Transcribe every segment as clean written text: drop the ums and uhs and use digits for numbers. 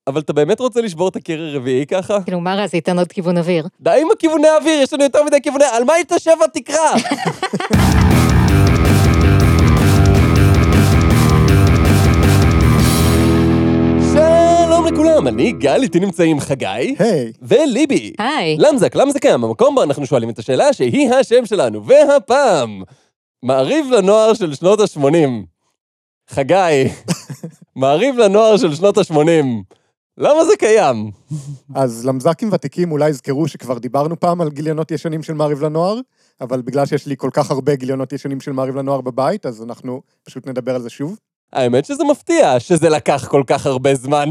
אבל אתה באמת רוצה לשבור את הקיר הרביעי ככה? כאילו, מה רע, זה ייתן עוד כיוון אוויר. די עם הכיווני האוויר, יש לנו יותר מדי כיווני... על מה יתשב התקרה? שלום לכולם, אני גל, איתי נמצאים חגי. היי. וליבי. היי. למזק, למה זה קיים? המקום בו אנחנו שואלים את השאלה שהיא השם שלנו. והפעם, מעריב לנוער של שנות ה-80. חגי, מעריב לנוער של שנות ה-80. למה זה קיים? אז למזקים ותיקים אולי יזכרו שכבר דיברנו פעם על גיליונות ישנים של מעריב לנוער, אבל בגלל שיש לי כל כך הרבה גיליונות ישנים של מעריב לנוער בבית, אז אנחנו פשוט נדבר על זה שוב. האמת שזה מפתיע שזה לקח כל כך הרבה זמן.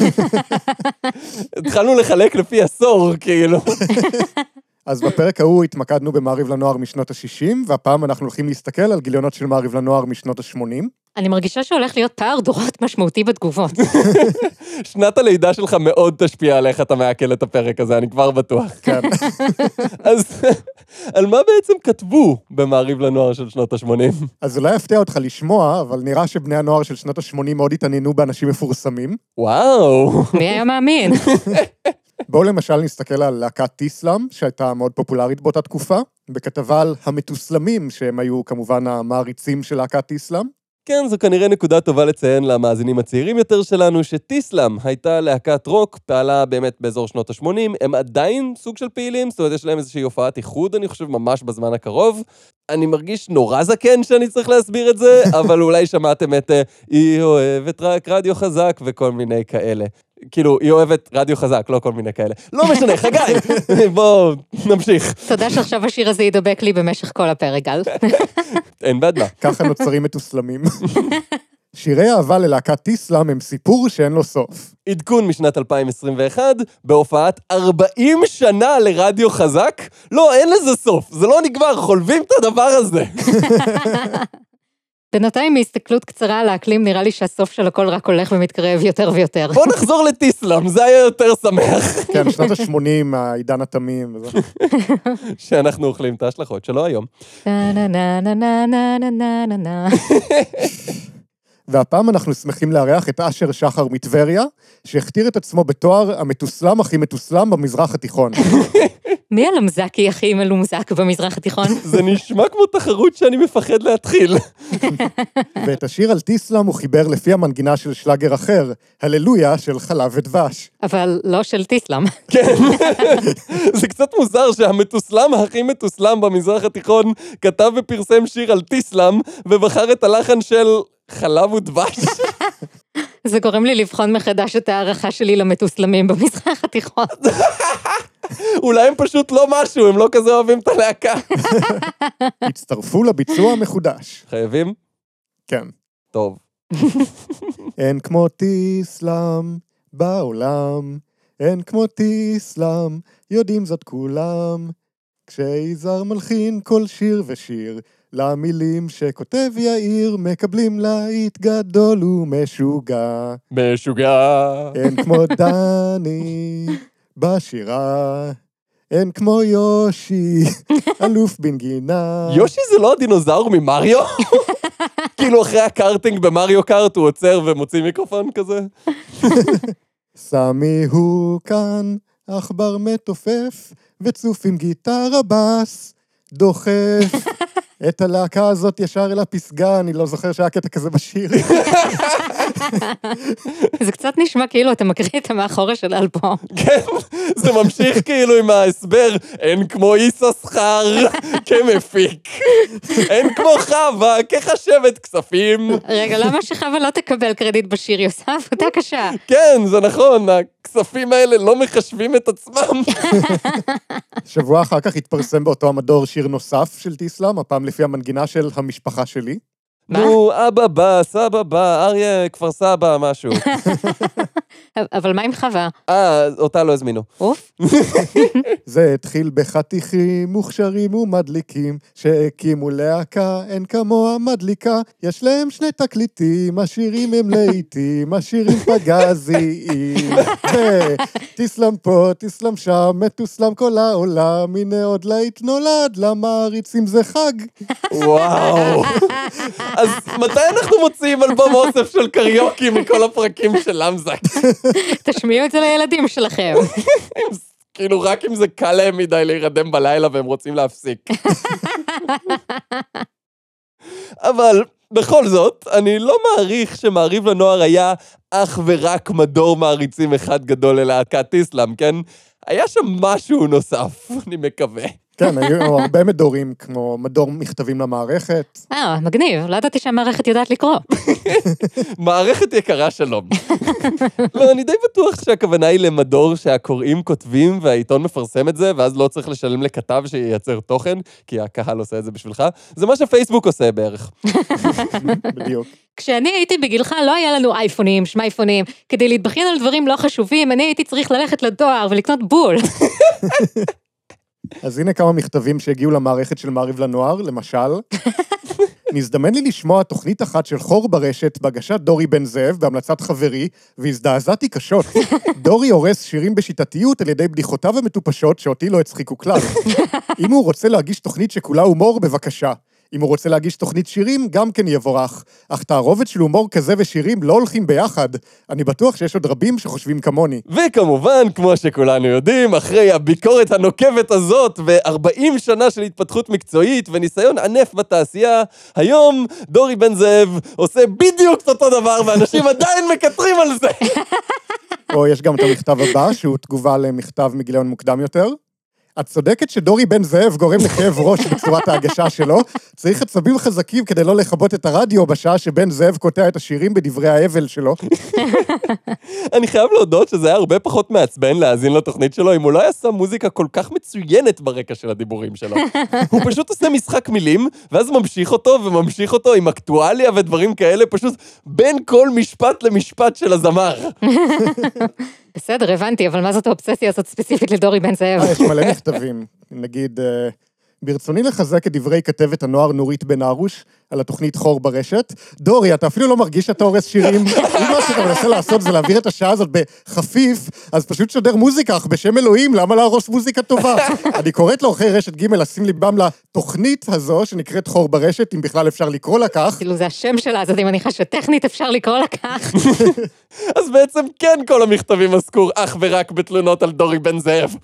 התחלנו לחלק לפי עשור, כאילו. אז בפרק ההוא התמקדנו במעריב לנוער משנות ה-60, והפעם אנחנו הולכים להסתכל על גיליונות של מעריב לנוער משנות ה-80. אני מרגישה שהולך להיות פער דורות משמעותי בתגובות. שנת הלידה שלך מאוד תשפיע על איך אתה מעכל את הפרק הזה, אני כבר בטוח. כן. אז על מה בעצם כתבו במעריב לנוער של שנות ה-80? אז אולי יפתיע אותך לשמוע, אבל נראה שבני הנוער של שנות ה-80 מאוד התעניינו באנשים מפורסמים. וואו. מי היה מאמין? בואו למשל נסתכל על להקת טיסלאם, שהייתה מאוד פופולרית באותה תקופה, בכתבה על המתוסלמים, שהם היו כמובן המעריצים של להקת טיסלאם. כן, זו כנראה נקודה טובה לציין למאזינים הצעירים יותר שלנו, שטיסלאם הייתה להקת רוק, פעלה באמת באזור שנות ה-80, הם עדיין סוג של פעילים, זאת אומרת, יש להם איזושהי הופעת איחוד, אני חושב, ממש בזמן הקרוב. אני מרגיש נורא זקן שאני צריך להסביר את זה, אבל אולי שמעתם את היא אוהבת רק רדיו חזק וכל מיני כאלה. כאילו, היא אוהבת רדיו חזק, לא כל מיני כאלה. לא משנה, חגי, בואו נמשיך. תודה שעכשיו השיר הזה ידבק לי במשך כל הפרק, גל. אין בעד מה. ככה נוצרים מתוסלמים. שירי אהבה ללהקת טיסלאם הם סיפור שאין לו סוף. עדכון משנת 2021, בהופעת 40 שנה לרדיו חזק. לא, אין לזה סוף, זה לא נגמר, חולבים את הדבר הזה. בינתיים מהסתכלות קצרה על האקלים, נראה לי שהסוף של הכל רק הולך ומתקרב יותר ויותר. בוא נחזור לטיסלאם, זה היה יותר שמח. כן, שנות ה-80, העידן התמים וזה. שאנחנו אוכלים את ההשלכות שלו היום. והפעם אנחנו שמחים לארח את אשר שחר מטבריה, שהכתיר את עצמו בתואר המתוסלם הכי מתוסלם במזרח התיכון. מי הלמזקי הכי מלומזק במזרח התיכון? זה נשמע כמו תחרות שאני מפחד להתחיל. ואת השיר על טיסלאם הוא חיבר לפי המנגינה של שלאגר אחר, הללויה של חלב ודבש. אבל לא של טיסלאם. כן. זה קצת מוזר שהמתוסלם הכי מתוסלם במזרח התיכון כתב ופרסם שיר על טיסלאם, ובחר את הלחן של חלב ודבש. זה גורם לי לבחון מחדש את הערכה שלי למתוסלמים במזרח התיכון. אולי הם פשוט לא משהו, הם לא כזה אוהבים את הלהקה. הצטרפו לביצוע המחודש. חייבים? כן. טוב. אין כמו טיסלאם בעולם, אין כמו טיסלאם, יודעים זאת כולם. כשיזהר מלחין כל שיר ושיר, למילים שכותב יאיר, מקבלים להיט גדול ומשוגע. משוגע. אין כמו דני בשירה, אין כמו יושי, אלוף בנגינה. יושי זה לא הדינוזאור ממריו? כאילו אחרי הקארטינג במריו קארט הוא עוצר ומוציא מיקרופון כזה? סמי הוא כאן, עכבר מתופף, וצוף עם גיטרה בס, דוחף. את הלהקה הזאת ישר אל הפסגה, אני לא זוכר שהיה קטע כזה בשיר. זה קצת נשמע כאילו אתה מקריא את המאחורה של האלבום. כן, זה ממשיך כאילו עם ההסבר, אין כמו איססחר כמפיק, אין כמו חווה כחשבת כספים. רגע, למה שחווה לא תקבל קרדיט בשיר? היא עושה עבודה קשה. כן, זה נכון, הכספים האלה לא מחשבים את עצמם. שבוע אחר כך התפרסם באותו המדור שיר נוסף של טיסלאם, הפעם לפי המנגינה של המשפחה שלי. נו, אבא בא, סבא בא, אריה, כפר סבא, משהו. אבל מה עם חווה? אותה לא הזמינו. אוף. זה התחיל בחתיכים מוכשרים ומדליקים, שהקימו להקה, אין כמוה מדליקה, יש להם 2 תקליטים, השירים הם לעיתים, השירים פגזיים. טיסלם פה, טיסלם שם, מתוסלם כל העולם, הנה עוד להיט נולד, למעריצים זה חג. וואו. אז מתי אנחנו מוציאים אלבום אוסף של קריוקי מכל הפרקים של למזק? תשמיעו את זה לילדים שלכם. כאילו רק אם זה קל להם מדי להירדם בלילה והם רוצים להפסיק. אבל בכל זאת, אני לא מעריך שמעריב לנוער היה אך ורק מדור מעריצים אחד גדול ללהקת טיסלם, כן? היה שם משהו נוסף, אני מקווה. כן, היו הרבה מדורים, כמו מדור מכתבים למערכת. מגניב, לא ידעתי שהמערכת יודעת לקרוא. מערכת יקרה שלום. לא, אני די בטוח שהכוונה היא למדור שהקוראים כותבים והעיתון מפרסם את זה, ואז לא צריך לשלם לכתב שייצר תוכן, כי הקהל עושה את זה בשבילך. זה מה שפייסבוק עושה בערך. בדיוק. כשאני הייתי בגילך, לא היה לנו אייפונים, שמייפונים, כדי להתבחין על דברים לא חשובים, אני הייתי צריך ללכת לדואר ולקנות בול. אז הנה כמה מכתבים שהגיעו למערכת של מעריב לנוער, למשל. נזדמן לי לשמוע תוכנית אחת של חור ברשת בהגשת דורי בן זאב בהמלצת חברי, והזדעזעתי קשות. דורי הורס שירים בשיטתיות על ידי בדיחותיו המטופשות שאותי לא הצחיקו כלל. אם הוא רוצה להגיש תוכנית שכולה הומור, בבקשה. אם הוא רוצה להגיש תוכנית שירים, גם כן יבורך. אך תערובת של הומור כזה ושירים לא הולכים ביחד. אני בטוח שיש עוד רבים שחושבים כמוני. וכמובן, כמו שכולנו יודעים, אחרי הביקורת הנוקבת הזאת, ו-40 שנה של התפתחות מקצועית וניסיון ענף בתעשייה, היום דורי בן זאב עושה בדיוק אותו דבר, ואנשים עדיין מקטרים על זה. או יש גם את המכתב הבא, שהוא תגובה למכתב מגיליון מוקדם יותר. את צודקת שדורי בן זאב גורם לכאב ראש בצורת ההגשה שלו, צריך עצבים חזקים כדי לא לכבות את הרדיו בשעה שבן זאב קוטע את השירים בדברי האבל שלו. אני חייב להודות שזה היה הרבה פחות מעצבן להאזין לתוכנית שלו, אם הוא לא היה שם מוזיקה כל כך מצוינת ברקע של הדיבורים שלו. הוא פשוט עושה משחק מילים, ואז ממשיך אותו וממשיך אותו עם אקטואליה ודברים כאלה, פשוט בין כל משפט למשפט של הזמר. בסדר, הבנתי, אבל מה זאת האובססיה הזאת ספציפית לדורי בן זאב? יש מלא מכתבים. נגיד, ברצוני לחזק את דברי כתבת הנוער נורית בן ארוש על התוכנית חור ברשת. דורי, אתה אפילו לא מרגיש שאתה הורס שירים. אם מה שאתה מנסה לעשות זה להעביר את השעה הזאת בחפיף, אז פשוט שדר מוזיקה, אך בשם אלוהים, למה להרוס מוזיקה טובה? אני קוראת לאורחי רשת ג' לשים ליבם לתוכנית הזו, שנקראת חור ברשת, אם בכלל אפשר לקרוא לה כך. כאילו זה השם שלה, אז אני מניחה שטכנית אפשר לקרוא לה כך. אז בעצם כן כל המכתבים עסקו אך ורק בתלונות על דורי בן זאב.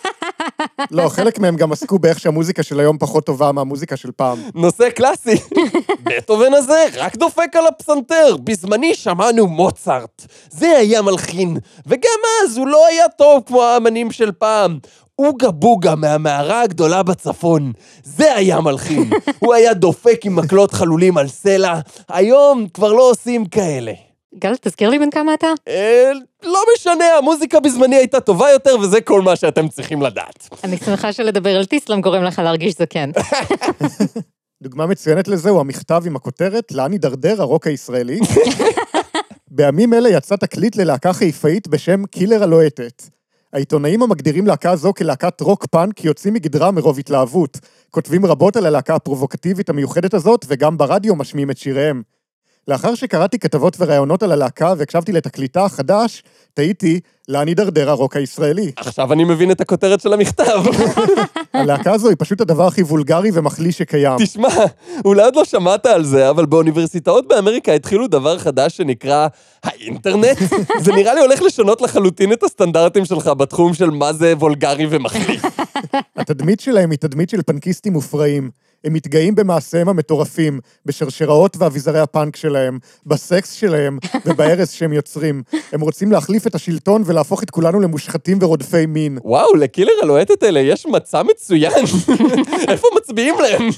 לא, חלק מהם גם עסקו באיך שהמוזיקה של היום פחות טובה מהמוזיקה של פעם. נושא קלאסי. בטהובן הזה רק דופק על הפסנתר. בזמני שמענו מוצרט. זה היה מלחין. וגם אז הוא לא היה טוב כמו האמנים של פעם. אוגה בוגה מהמערה הגדולה בצפון. זה היה מלחין. הוא היה דופק עם מקלות חלולים על סלע. היום כבר לא עושים כאלה. גל, תזכיר לי בן כמה אתה? לא משנה, המוזיקה בזמני הייתה טובה יותר, וזה כל מה שאתם צריכים לדעת. אני שמחה שלדבר על טיסלם גורם לך להרגיש זקן. דוגמה מצוינת לזה הוא המכתב עם הכותרת, לאן יידרדר הרוק הישראלי. בימים אלה יצא תקליט ללהקה חיפאית בשם קילר הלוהטת. העיתונאים המגדירים להקה זו כלהקת רוק פאנק יוצאים מגדרה מרוב התלהבות. כותבים רבות על הלהקה הפרובוקטיבית המיוחדת הזאת, וגם ברדיו משמיעים את שיריהם. לאחר שקראתי כתבות וראיונות על הלהקה והקשבתי לתקליטה החדש, תהיתי לאן יידרדר הרוק הישראלי. עכשיו אני מבין את הכותרת של המכתב. הלהקה הזו היא פשוט הדבר הכי וולגרי ומחלי שקיים. תשמע, אולי עוד לא שמעת על זה, אבל באוניברסיטאות באמריקה התחילו דבר חדש שנקרא האינטרנט. זה נראה לי הולך לשנות לחלוטין את הסטנדרטים שלך בתחום של מה זה וולגרי ומחלי. התדמית שלהם היא תדמית של פנקיסטים מופרעים. הם מתגאים במעשיהם המטורפים, בשרשראות ואביזרי הפאנק שלהם, בסקס שלהם ובהרס שהם יוצרים. הם רוצים להחליף את השלטון ולהפוך את כולנו למושחתים ורודפי מין. וואו, לקילר הלוהטת האלה יש מצע מצוין. איפה מצביעים להם?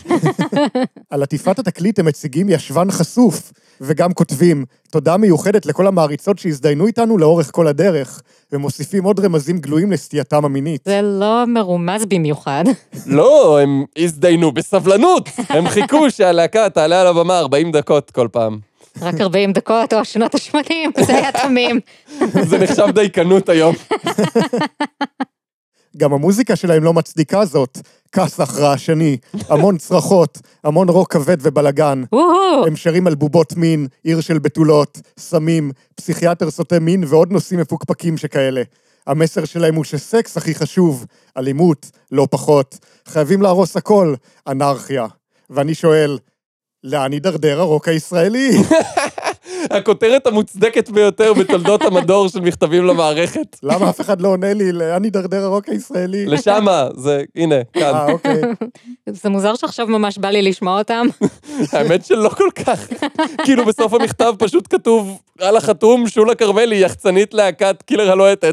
על עטיפת התקליט הם מציגים ישבן חשוף, וגם כותבים, תודה מיוחדת לכל המעריצות שהזדיינו איתנו לאורך כל הדרך, ומוסיפים עוד רמזים גלויים לסטייתם המינית. זה לא מרומז במיוחד. לא, הם הזדיינו בסבלנות. הם חיכו שהלהקה תעלה על הבמה 40 דקות כל פעם. רק 40 דקות או שנות ה-80, זה היה תמים. זה נחשב דייקנות היום. גם המוזיקה שלהם לא מצדיקה זאת. כסח רעשני, המון צרחות, המון רוק כבד ובלגן. הם שרים על בובות מין, עיר של בתולות, סמים, פסיכיאטר סוטה מין ועוד נושאים מפוקפקים שכאלה. המסר שלהם הוא שסקס הכי חשוב, אלימות, לא פחות. חייבים להרוס הכל, אנרכיה. ואני שואל, לאן יידרדר הרוק הישראלי? הכותרת המוצדקת ביותר בתולדות המדור של מכתבים למערכת. למה אף אחד לא עונה לי, לאן יידרדר הרוק הישראלי? לשמה, זה, הנה, כאן. אוקיי. זה מוזר שעכשיו ממש בא לי לשמוע אותם. האמת שלא כל כך. כאילו בסוף המכתב פשוט כתוב על החתום, שולה קרמלי, יחצנית להקת קילר הלוהטת.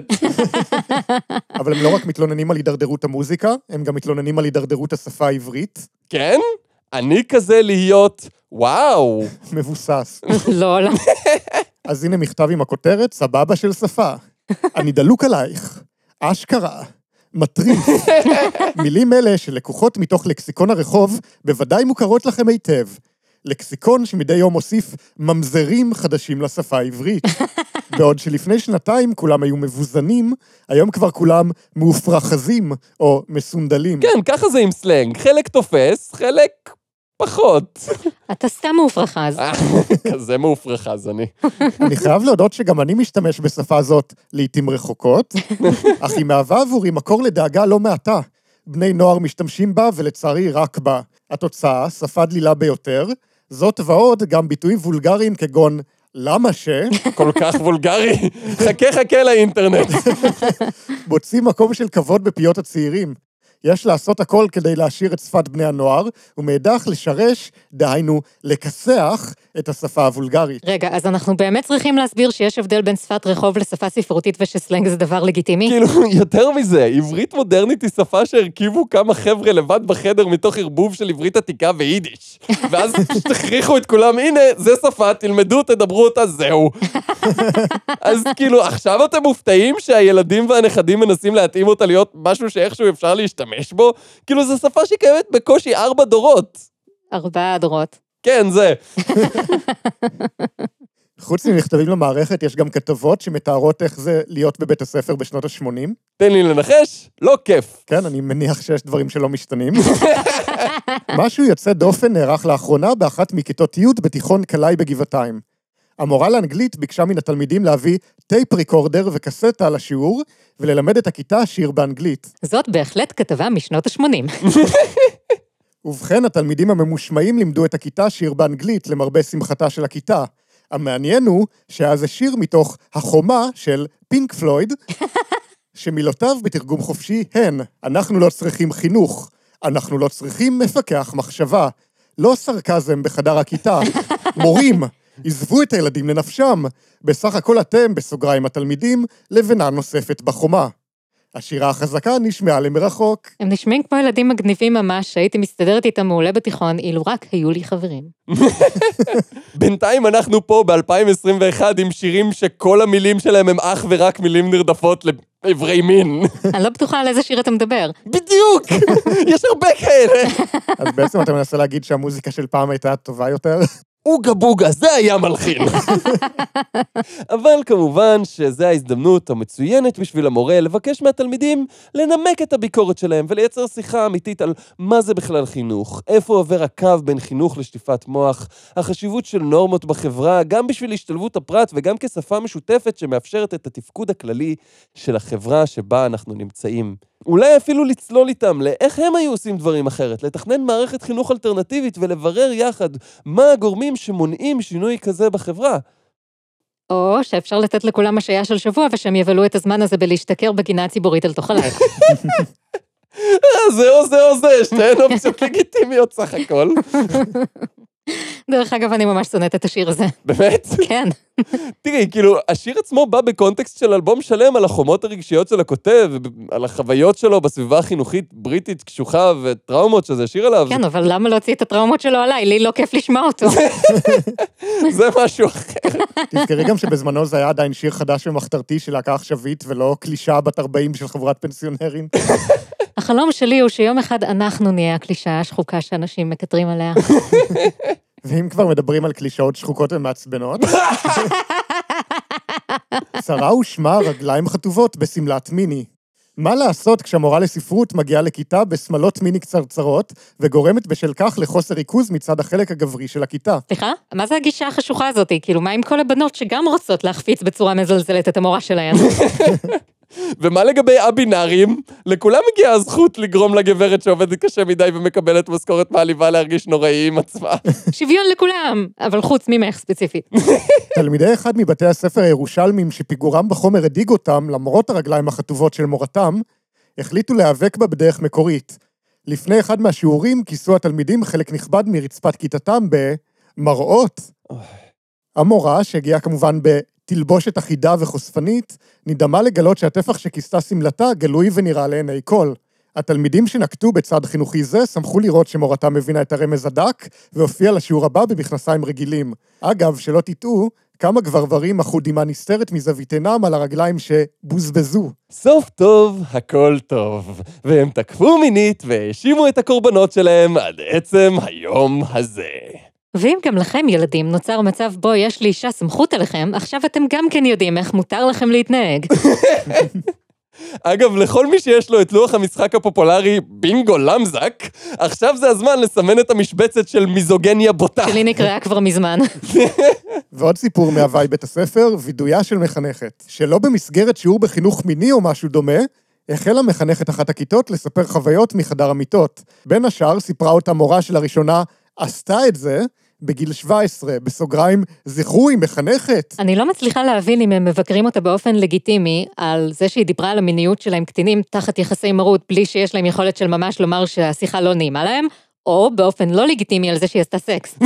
אבל הם לא רק מתלוננים על הידרדרות המוזיקה, הם גם מתלוננים על הידרדרות השפה העברית. כן? אני כזה להיות, וואו. מבוסס. לא, לא. אז הנה מכתב עם הכותרת, סבבה של שפה. אני דלוק עלייך. אשכרה. מטריף. מילים אלה שלקוחות מתוך לקסיקון הרחוב, בוודאי מוכרות לכם היטב. לקסיקון שמדי יום מוסיף ממזרים חדשים לשפה העברית. בעוד שלפני שנתיים כולם היו מבוזנים, היום כבר כולם מאופרחזים או מסונדלים. כן, ככה זה עם סלנג. חלק תופס, חלק פחות. אתה סתם מאופרחז. כזה מאופרחז אני. אני חייב להודות שגם אני משתמש בשפה הזאת לעתים רחוקות, אך היא מהווה עבורי מקור לדאגה לא מעטה. בני נוער משתמשים בה ולצערי רק בה. התוצאה, שפה דלילה ביותר, זאת ועוד גם ביטויים וולגריים כגון למה ש... כל כך וולגרי. חכה לאינטרנט. מוצאים מקום של כבוד בפיות הצעירים. יש לעשות הכל כדי להשאיר את שפת בני הנוער, ומאידך לשרש, דהיינו, לכסח את השפה הוולגרית. רגע, אז אנחנו באמת צריכים להסביר שיש הבדל בין שפת רחוב לשפה ספרותית ושסלנג זה דבר לגיטימי? כאילו, יותר מזה, עברית מודרנית היא שפה שהרכיבו כמה חבר'ה לבד בחדר מתוך ערבוב של עברית עתיקה ויידיש. ואז תכריחו את כולם, הנה, זה שפה, תלמדו, תדברו אותה, זהו. אז כאילו, עכשיו אתם מופתעים שהילדים והנכדים מנסים להתאים אותה להיות משהו שאיכשהו אפשר להשתמש בו? כאילו, זו שפה שקיימת בקושי 4 דורות. 4 דורות. כן, זה. חוץ ממכתבים למערכת, יש גם כתבות שמתארות איך זה להיות בבית הספר בשנות ה-80. תן לי לנחש, לא כיף. כן, אני מניח שיש דברים שלא משתנים. משהו יוצא דופן נערך לאחרונה באחת מכיתות י' בתיכון קלעי בגבעתיים. המורה לאנגלית ביקשה מן התלמידים להביא טייפ ריקורדר וקסטה על השיעור, וללמד את הכיתה שיר באנגלית. זאת בהחלט כתבה משנות ה-80. ובכן, התלמידים הממושמעים לימדו את הכיתה שיר באנגלית למרבה שמחתה של הכיתה. המעניין הוא שהיה זה שיר מתוך החומה של פינק פלויד, שמילותיו בתרגום חופשי הן, אנחנו לא צריכים חינוך, אנחנו לא צריכים מפקח מחשבה, לא סרקזם בחדר הכיתה, מורים, עזבו את הילדים לנפשם, בסך הכל אתם, בסוגריים התלמידים, לבנה נוספת בחומה. השירה החזקה נשמעה למרחוק. הם נשמעים כמו ילדים מגניבים ממש, שהייתי מסתדרת איתם מעולה בתיכון, אילו רק היו לי חברים. בינתיים אנחנו פה ב-2021 עם שירים שכל המילים שלהם הם אך ורק מילים נרדפות לעברי מין. אני לא בטוחה על איזה שיר אתה מדבר. בדיוק! יש הרבה כאלה. אז בעצם אתה מנסה להגיד שהמוזיקה של פעם הייתה טובה יותר? אוגה בוגה, זה היה מלחין. אבל כמובן שזו ההזדמנות המצוינת בשביל המורה לבקש מהתלמידים לנמק את הביקורת שלהם ולייצר שיחה אמיתית על מה זה בכלל חינוך, איפה עובר הקו בין חינוך לשטיפת מוח, החשיבות של נורמות בחברה, גם בשביל השתלבות הפרט וגם כשפה משותפת שמאפשרת את התפקוד הכללי של החברה שבה אנחנו נמצאים. אולי אפילו לצלול איתם לאיך הם היו עושים דברים אחרת, לתכנן מערכת חינוך אלטרנטיבית ולברר יחד מה הגורמים שמונעים שינוי כזה בחברה. או שאפשר לתת לכולם השעיה של שבוע ושהם יבלו את הזמן הזה בלהשתכר בגינה הציבורית אל תוך הלילה. זה או זה, שתיהן אופציות לגיטימיות סך הכל. דרך אגב, אני ממש שונאת את השיר הזה. באמת? כן. תראי, כאילו, השיר עצמו בא בקונטקסט של אלבום שלם על החומות הרגשיות של הכותב, על החוויות שלו בסביבה החינוכית בריטית קשוחה וטראומות שזה שיר עליו. כן, אבל למה להוציא את הטראומות שלו עליי? לי לא כיף לשמוע אותו. זה משהו אחר. תזכרי גם שבזמנו זה היה עדיין שיר חדש ומחתרתי של להקה עכשווית, ולא קלישה בת 40 של חברת פנסיונרים. החלום שלי הוא שיום אחד אנחנו נהיה הקלישה השחוקה שאנשים מקטרים עליה. ואם כבר מדברים על קלישאות שחוקות ומעצבנות, צרה ושמה רגליים חטובות בסמלת מיני. מה לעשות כשהמורה לספרות מגיעה לכיתה בשמלות מיני קצרצרות, וגורמת בשל כך לחוסר ריכוז מצד החלק הגברי של הכיתה? סליחה? מה זה הגישה החשוכה הזאת? כאילו, מה עם כל הבנות שגם רוצות להחפיץ בצורה מזלזלת את המורה שלהן? ומה לגבי הבינארים? לכולם הגיעה הזכות לגרום לגברת שעובדת קשה מדי ומקבלת משכורת מעליבה להרגיש נוראי עם עצמה. שוויון לכולם, אבל חוץ ממך ספציפית. תלמידי אחד מבתי הספר הירושלמים שפיגורם בחומר הדאיג אותם, למרות הרגליים החטובות של מורתם, החליטו להיאבק בה בדרך מקורית. לפני אחד מהשיעורים כיסו התלמידים חלק נכבד מרצפת כיתתם במראות. המורה, שהגיעה כמובן בתלבושת אחידה וחושפנית, נדמה לגלות שהטפח שכיסתה סמלתה גלוי ונראה לעיני כל. התלמידים שנקטו בצד חינוכי זה שמחו לראות שמורתם מבינה את הרמז הדק, והופיע לשיעור הבא במכנסיים רגילים. אגב, שלא תטעו, כמה גברברים מחו דמעה נסתרת מזווית עינם על הרגליים שבוזבזו. סוף טוב, הכל טוב. והם תקפו מינית והאשימו את הקורבנות שלהם עד עצם היום הזה. ואם גם לכם, ילדים, נוצר מצב בו יש לאישה סמכות עליכם, עכשיו אתם גם כן יודעים איך מותר לכם להתנהג. אגב, לכל מי שיש לו את לוח המשחק הפופולרי בינגו למזק, עכשיו זה הזמן לסמן את המשבצת של מיזוגניה בוטה. שלי נקראה כבר מזמן. ועוד סיפור מהווי בית הספר, וידויה של מחנכת. שלא במסגרת שיעור בחינוך מיני או משהו דומה, החלה מחנכת אחת הכיתות לספר חוויות מחדר המיטות. בין השאר סיפרה אותה מורה שלראשונה עשתה את זה, בגיל 17, בסוגריים, זכרו, היא מחנכת. אני לא מצליחה להבין אם הם מבקרים אותה באופן לגיטימי, על זה שהיא דיברה על המיניות שלהם קטינים תחת יחסי מרות, בלי שיש להם יכולת של ממש לומר שהשיחה לא נעימה להם, או באופן לא לגיטימי על זה שהיא עשתה סקס.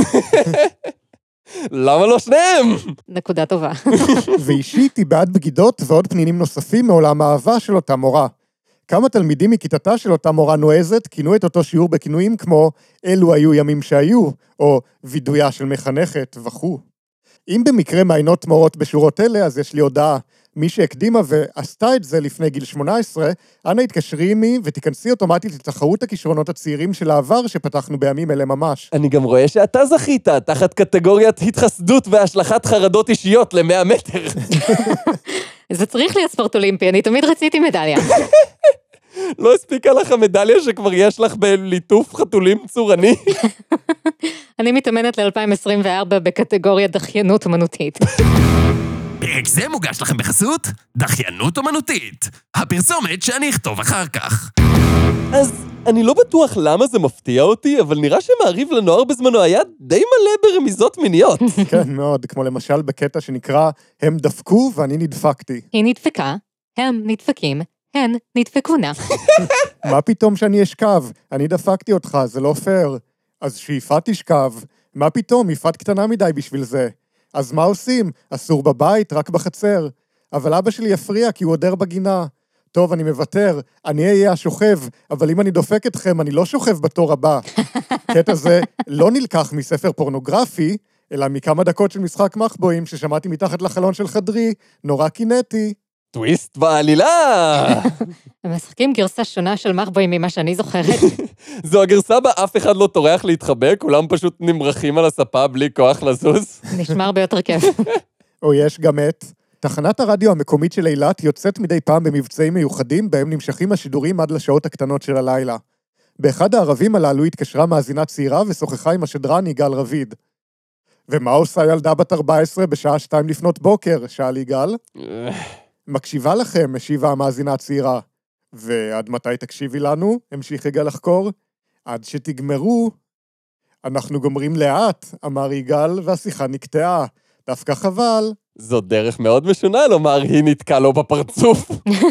למה לא שניהם? נקודה טובה. ואישית היא בעד בגידות ועוד פנינים נוספים מעולם האהבה של אותה מורה. כמה תלמידים מכיתתה של אותה מורה נועזת כינו את אותו שיעור בכינויים כמו אלו היו ימים שהיו, או וידויה של מחנכת וכו'. אם במקרה מעיינות מורות בשורות אלה, אז יש לי הודעה. מי שהקדימה ועשתה את זה לפני גיל 18, אנא התקשרי עמי ותיכנסי אוטומטית לתחרות הכישרונות הצעירים של העבר שפתחנו בימים אלה ממש. אני גם רואה שאתה זכית, תחת קטגוריית התחסדות והשלכת חרדות אישיות ל100 מטר. זה צריך להיות ספורט אולימפי, אני תמיד רציתי מדליה. לא הספיקה לך המדליה שכבר יש לך בליטוף חתולים צורני? אני מתאמנת ל-2024 בקטגוריה דחיינות אומנותית. פרק זה מוגש לכם בחסות דחיינות אומנותית, הפרסומת שאני אכתוב אחר כך. אז אני לא בטוח למה זה מפתיע אותי, אבל נראה שמעריב לנוער בזמנו היה די מלא ברמיזות מיניות. כן, מאוד, כמו למשל בקטע שנקרא הם דפקו ואני נדפקתי. היא נדפקה, הם נדפקים, הן נדפקונה. מה פתאום שאני אשכב? אני דפקתי אותך, זה לא פייר. אז שיפת תשכב. מה פתאום? יפת קטנה מדי בשביל זה. אז מה עושים? אסור בבית, רק בחצר. אבל אבא שלי יפריע כי הוא עודר בגינה. טוב, אני מוותר, אני אהיה השוכב, אבל אם אני דופק אתכם, אני לא שוכב בתור הבא. קטע זה לא נלקח מספר פורנוגרפי, אלא מכמה דקות של משחק מחבואים ששמעתי מתחת לחלון של חדרי, נורא קינטי. טוויסט בעלילה! הם משחקים גרסה שונה של מחבואים ממה שאני זוכרת. זו הגרסה בה אף אחד לא טורח להתחבק, כולם פשוט נמרחים על הספה בלי כוח לזוז. נשמע הרבה יותר כיף. או יש גם את תחנת הרדיו המקומית של אילת יוצאת מדי פעם במבצעים מיוחדים, בהם נמשכים השידורים עד לשעות הקטנות של הלילה. באחד הערבים הללו התקשרה מאזינה צעירה ושוחחה עם השדרן יגאל רביד. ומה עושה ילדה בת 14 בשעה 2 לפנות בוקר? שאל יגאל. מקשיבה לכם, משיבה המאזינה הצעירה. ועד מתי תקשיבי לנו? המשיך יגאל לחקור. עד שתגמרו. אנחנו גומרים לאט, אמר יגאל, והשיחה נקטעה. דווקא חבל. זו דרך מאוד משונה לומר, היא נתקע לו בפרצוף.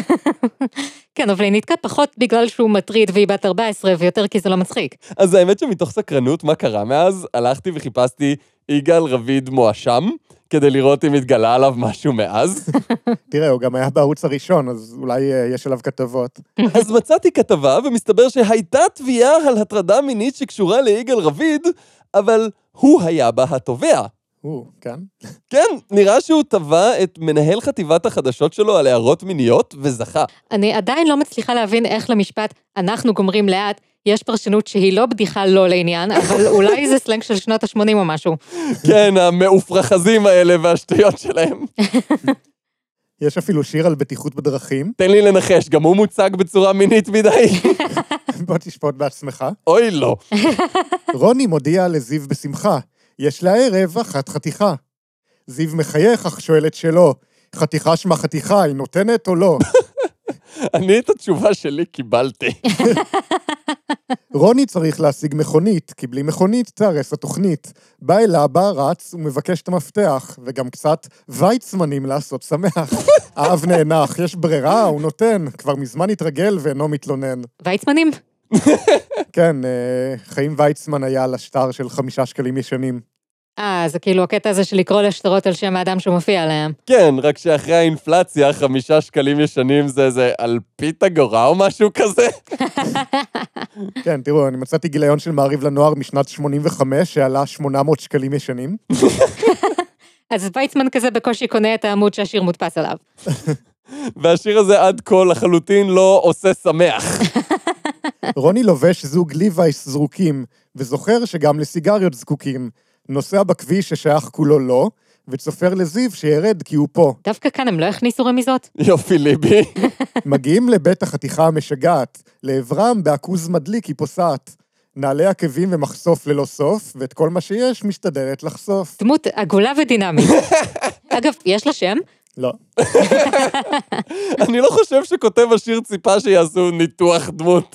כן, אבל היא נתקע פחות בגלל שהוא מטריד והיא בת 14, ויותר כי זה לא מצחיק. אז האמת שמתוך סקרנות מה קרה מאז, הלכתי וחיפשתי יגאל רביד מואשם, כדי לראות אם התגלה עליו משהו מאז. תראה, הוא גם היה בערוץ הראשון, אז אולי יש עליו כתבות. אז מצאתי כתבה, ומסתבר שהייתה תביעה על הטרדה מינית שקשורה ליגאל רביד, אבל הוא היה בה התובע. כן? כן, נראה שהוא תבע את מנהל חטיבת החדשות שלו על הערות מיניות, וזכה. אני עדיין לא מצליחה להבין איך למשפט, אנחנו גומרים לאט, יש פרשנות שהיא לא בדיחה לא לעניין, אבל אולי זה סלנג של שנות ה-80 או משהו. כן, המאופרחזים האלה והשטויות שלהם. יש אפילו שיר על בטיחות בדרכים. תן לי לנחש, גם הוא מוצג בצורה מינית מדי. בוא תשפוט בעצמך. אוי, לא. רוני מודיע לזיו בשמחה, יש לה ערב אחת חתיכה. זיו מחייך, אך שואלת שלא, חתיכה שמה חתיכה, היא נותנת או לא? אני את התשובה שלי קיבלתי. רוני צריך להשיג מכונית, כי בלי מכונית תהרס התוכנית. בא אל אבא, רץ ומבקש את המפתח, וגם קצת ויצמנים לעשות שמח. האב נאנח, יש ברירה, הוא נותן, כבר מזמן התרגל ואינו מתלונן. ויצמנים? כן, חיים ויצמן היה על השטר של 5 שקלים ישנים. זה כאילו הקטע הזה של לקרוא לשטרות על שם האדם שמופיע עליהם. כן, רק שאחרי האינפלציה, 5 שקלים ישנים זה אלפית אגורה או משהו כזה. כן, תראו, אני מצאתי גיליון של מעריב לנוער משנת 85, שעלה 800 שקלים ישנים. אז ויצמן כזה בקושי קונה את העמוד שהשיר מודפס עליו. והשיר הזה עד כה לחלוטין לא עושה שמח. רוני לובש זוג ליווייס זרוקים, וזוכר שגם לסיגריות זקוקים. נוסע בכביש ששייך כולו לא, וצופר לזיו שירד כי הוא פה. דווקא כאן הם לא הכניסו רמיזות? יופי ליבי. מגיעים לבית החתיכה המשגעת, לעברם בעכוז מדליק היא פוסעת. נעלי עקבים ומחשוף ללא סוף, ואת כל מה שיש משתדלת לחשוף. דמות עגולה ודינמית. אגב, יש לה שם? לא. אני לא חושב שכותב השיר ציפה שיעשו ניתוח דמות.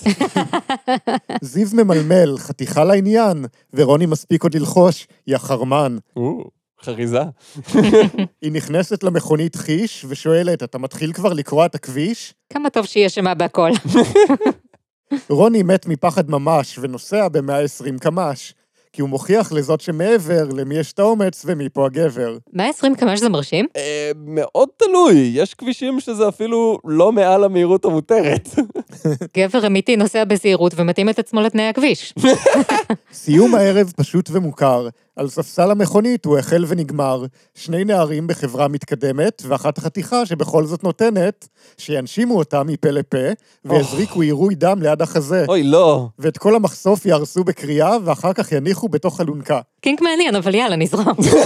זיו ממלמל, חתיכה לעניין, ורוני מספיק עוד ללחוש, יא חרמן. חריזה. היא נכנסת למכונית חיש, ושואלת, אתה מתחיל כבר לקרוא את הכביש? כמה טוב שהיא אשמה בהכל. רוני מת מפחד ממש, ונוסע ב-120 קמ"ש, כי הוא מוכיח לזאת שמעבר, למי יש את האומץ ומי פה הגבר. 120 קמ"ש זה מרשים? מאוד תלוי, יש כבישים שזה אפילו לא מעל המהירות המותרת. גבר אמיתי נוסע בזהירות ומתאים את עצמו לתנאי הכביש. סיום הערב פשוט ומוכר. על ספסל המכונית הוא החל ונגמר. 2 נערים בחברה מתקדמת, ואחת חתיכה שבכל זאת נותנת, שינשימו אותה מפה לפה, ויזריקו עירוי דם ליד החזה. אוי, לא. ואת כל המחשוף יהרסו בקריאה, ואחר כך יניחו בתוך אלונקה. קינק מעניין, אבל יאללה, נזרום.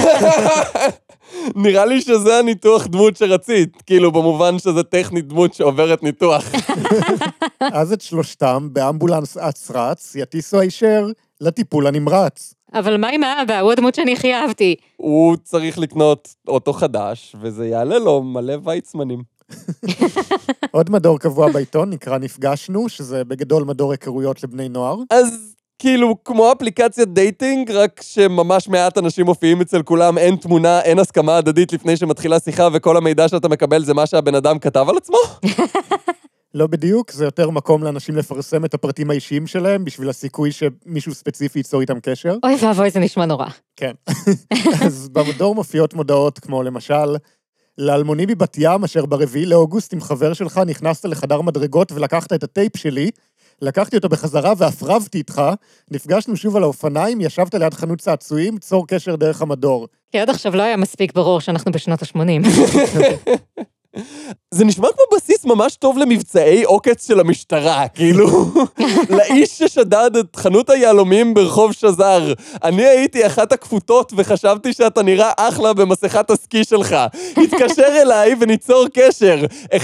נראה לי שזה הניתוח דמות שרצית, כאילו במובן שזה טכנית דמות שעוברת ניתוח. אז את שלושתם, באמבולנס אץ-רץ, יטיסו הישר לטיפול הנמרץ. אבל מה עם האבא? הוא הדמות שאני הכי אהבתי. הוא צריך לקנות אוטו חדש, וזה יעלה לו מלא ויצמנים. עוד מדור קבוע בעיתון נקרא נפגשנו, שזה בגדול מדור היכרויות לבני נוער. אז כאילו, כמו אפליקציית דייטינג, רק שממש מעט אנשים מופיעים אצל כולם, אין תמונה, אין הסכמה הדדית לפני שמתחילה שיחה, וכל המידע שאתה מקבל זה מה שהבן אדם כתב על עצמו? לא בדיוק, זה יותר מקום לאנשים לפרסם את הפרטים האישיים שלהם, בשביל הסיכוי שמישהו ספציפי ייצור איתם קשר. אוי ואבוי, זה נשמע נורא. כן. אז במדור מופיעות מודעות כמו למשל, לאלמוני מבת ים, אשר ב4 לאוגוסט עם חבר שלך נכנסת לחדר מדרגות ולקחת את הטייפ שלי, לקחתי אותו בחזרה והפרבתי איתך, נפגשנו שוב על האופניים, ישבת ליד חנות צעצועים, צור קשר דרך המדור. כי עד עכשיו לא היה מספיק ברור שאנחנו בשנות ה-80. זה נשמע כמו בסיס ממש טוב למבצעי עוקץ של המשטרה, כאילו, לאיש ששדד את חנות היהלומים ברחוב שזר. אני הייתי אחת הכפותות וחשבתי שאתה נראה אחלה במסכת הסקי שלך. התקשר אליי וניצור קשר. 1-0-0.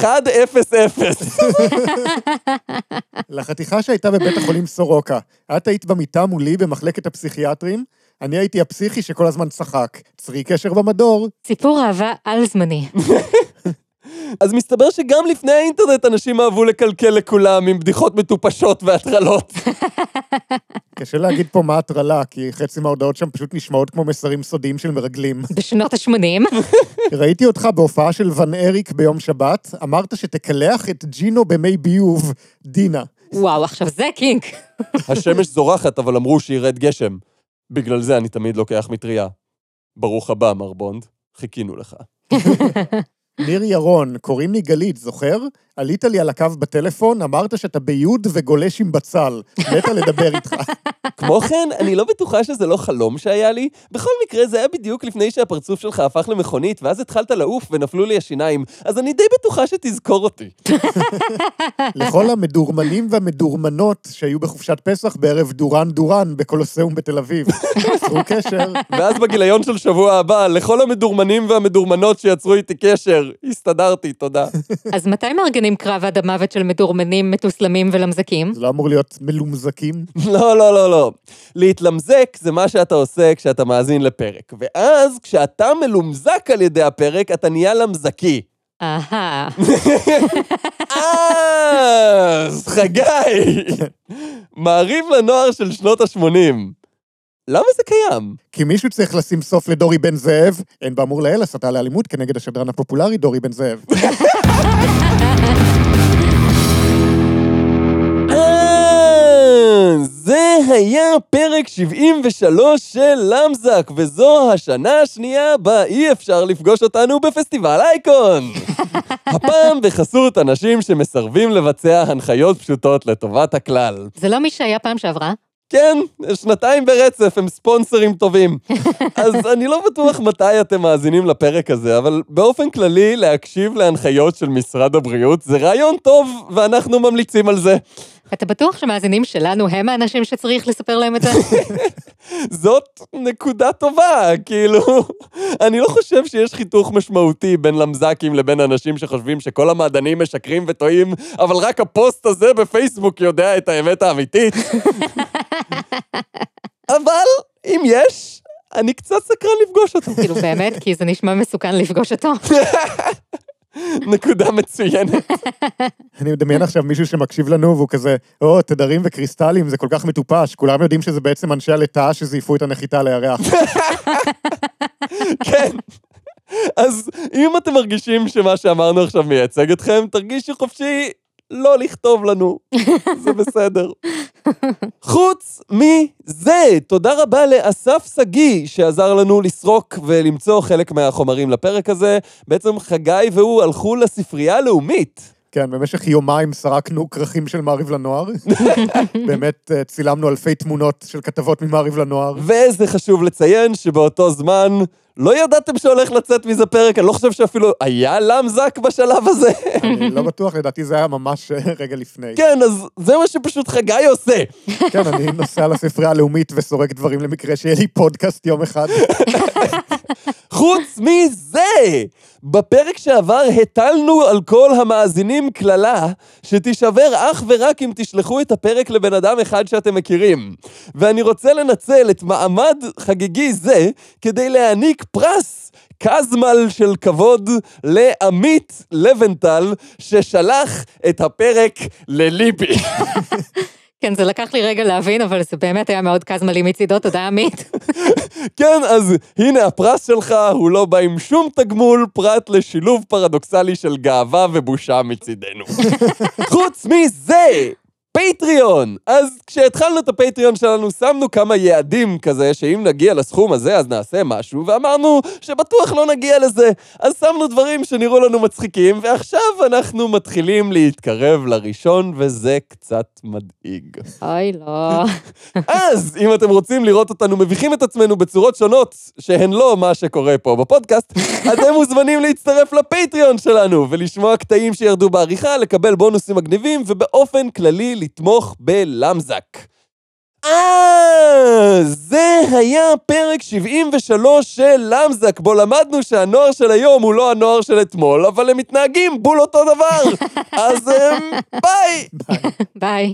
לחתיכה שהייתה בבית החולים סורוקה, את היית במיטה מולי במחלקת הפסיכיאטרים, אני הייתי הפסיכי שכל הזמן צחק. צרי קשר במדור. סיפור אהבה על זמני. אז מסתבר שגם לפני האינטרנט אנשים אהבו לקלקל לכולם עם בדיחות מטופשות והטרלות. קשה להגיד פה מה הטרלה, כי חצי מההודעות שם פשוט נשמעות כמו מסרים סודיים של מרגלים. בשנות ה-80. ראיתי אותך בהופעה של ון אריק ביום שבת, אמרת שתקלח את ג'ינו במי ביוב, דינה. וואו, עכשיו זה קינק. השמש זורחת, אבל אמרו שירד גשם. בגלל זה אני תמיד לוקח מטריה. ברוך הבא, מר בונד. חיכינו לך. ניר ירון, קוראים לי גלית, זוכר? עלית לי על הקו בטלפון, אמרת שאתה ביוד וגולש עם בצל. מתה לדבר איתך. כמו כן, אני לא בטוחה שזה לא חלום שהיה לי. בכל מקרה, זה היה בדיוק לפני שהפרצוף שלך הפך למכונית, ואז התחלת לעוף ונפלו לי השיניים, אז אני די בטוחה שתזכור אותי. לכל המדורמנים והמדורמנות שהיו בחופשת פסח בערב דורן בקולוסיאום בתל אביב. יצרו קשר. ואז בגיליון של שבוע הבא, לכל המדורמנים והמדורמנות שיצרו איתי קשר, הסתדרתי, תודה. אז מתי מארגנים קרב עד המוות של מדורמנים, מתוסלמים ולמזקים? זה לא אמור להיות מלומזקים? לא. להתלמזק זה מה שאתה עושה כשאתה מאזין לפרק. ואז כשאתה מלומזק על ידי הפרק, אתה נהיה למזקי. אהה. אז חגי! מעריב לנוער של שנות ה-80. למה זה קיים? כי מישהו צריך לשים סוף לדורי בן זאב, אין באמור לאל הסתה לאלימות כנגד השדרן הפופולרי דורי בן זאב. זה היה פרק 73 של למזק, וזו השנה השנייה בה אי אפשר לפגוש אותנו בפסטיבל אייקון. הפעם בחסות אנשים שמסרבים לבצע הנחיות פשוטות לטובת הכלל. זה לא מי שהיה פעם שעברה? כן, 2 ברצף, הם ספונסרים טובים. אז אני לא בטוח מתי אתם מאזינים לפרק הזה, אבל באופן כללי להקשיב להנחיות של משרד הבריאות זה רעיון טוב, ואנחנו ממליצים על זה. אתה בטוח שמאזינים שלנו הם האנשים שצריך לספר להם את זה? זאת נקודה טובה, כאילו, אני לא חושב שיש חיתוך משמעותי בין למזקים לבין אנשים שחושבים שכל המעדנים משקרים וטועים, אבל רק הפוסט הזה בפייסבוק יודע את האמת האמיתית. אבל אם יש, אני קצת סקרן לפגוש אותו. כאילו באמת, כי זה נשמע מסוכן לפגוש אותו. נקודה מצוינת. אני מדמיין עכשיו מישהו שמקשיב לנו, והוא כזה, תדרים וקריסטלים, זה כל כך מטופש, כולם יודעים שזה בעצם אנשי הלטאה שזייפו את הנחיתה לירח. כן. אז אם אתם מרגישים שמה שאמרנו עכשיו מייצג אתכם, תרגישו חופשי לא לכתוב לנו. זה בסדר. חוץ מזה, תודה רבה לאסף סגי שעזר לנו לסרוק ולמצוא חלק מהחומרים לפרק הזה. בעצם חגי והוא הלכו לספרייה הלאומית. כן, במשך יומיים סרקנו כרכים של מעריב לנוער. באמת צילמנו אלפי תמונות של כתבות ממעריב לנוער. וזה חשוב לציין שבאותו זמן לא ידעתם שהולך לצאת מזה פרק, אני לא חושב שאפילו היה למזק בשלב הזה. אני לא בטוח, לדעתי זה היה ממש רגע לפני. כן, אז זה מה שפשוט חגי עושה. כן, אני נוסע לספרייה הלאומית וסורק דברים למקרה שיהיה לי פודקאסט יום אחד. חוץ מזה, בפרק שעבר הטלנו על כל המאזינים כללה שתישבר אך ורק אם תשלחו את הפרק לבן אדם אחד שאתם מכירים. ואני רוצה לנצל את מעמד חגיגי זה כדי להעניק פרס קזמל של כבוד לעמית לבנטל ששלח את הפרק לליבי. כן, זה לקח לי רגע להבין, אבל זה באמת היה מאוד קזמלי מצידו, תודה עמית. כן, אז הנה הפרס שלך, הוא לא בא עם שום תגמול פרט לשילוב פרדוקסלי של גאווה ובושה מצידנו. חוץ מזה, פטריון! אז כשהתחלנו את הפטריון שלנו, שמנו כמה יעדים כזה, שאם נגיע לסכום הזה, אז נעשה משהו, ואמרנו שבטוח לא נגיע לזה. אז שמנו דברים שנראו לנו מצחיקים, ועכשיו אנחנו מתחילים להתקרב לראשון, וזה קצת מדאיג. אוי, לא. אז, אם אתם רוצים לראות אותנו מביכים את עצמנו בצורות שונות, שהן לא מה שקורה פה בפודקאסט, אתם מוזמנים להצטרף לפטריון שלנו, ולשמוע קטעים שירדו בעריכה, לקבל בונוסים מגניבים, ובאופן כללי לתמוך בלמזק. זה היה פרק 73 של למזק, בו למדנו שהנוער של היום הוא לא הנוער של אתמול, אבל הם מתנהגים בול אותו דבר. אז ביי! ביי.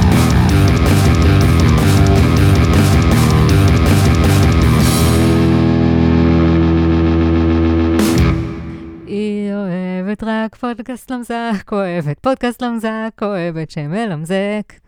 היא אוהבת רק פודקאסט למזק, אוהבת פודקאסט למזק, אוהבת שמלמזק.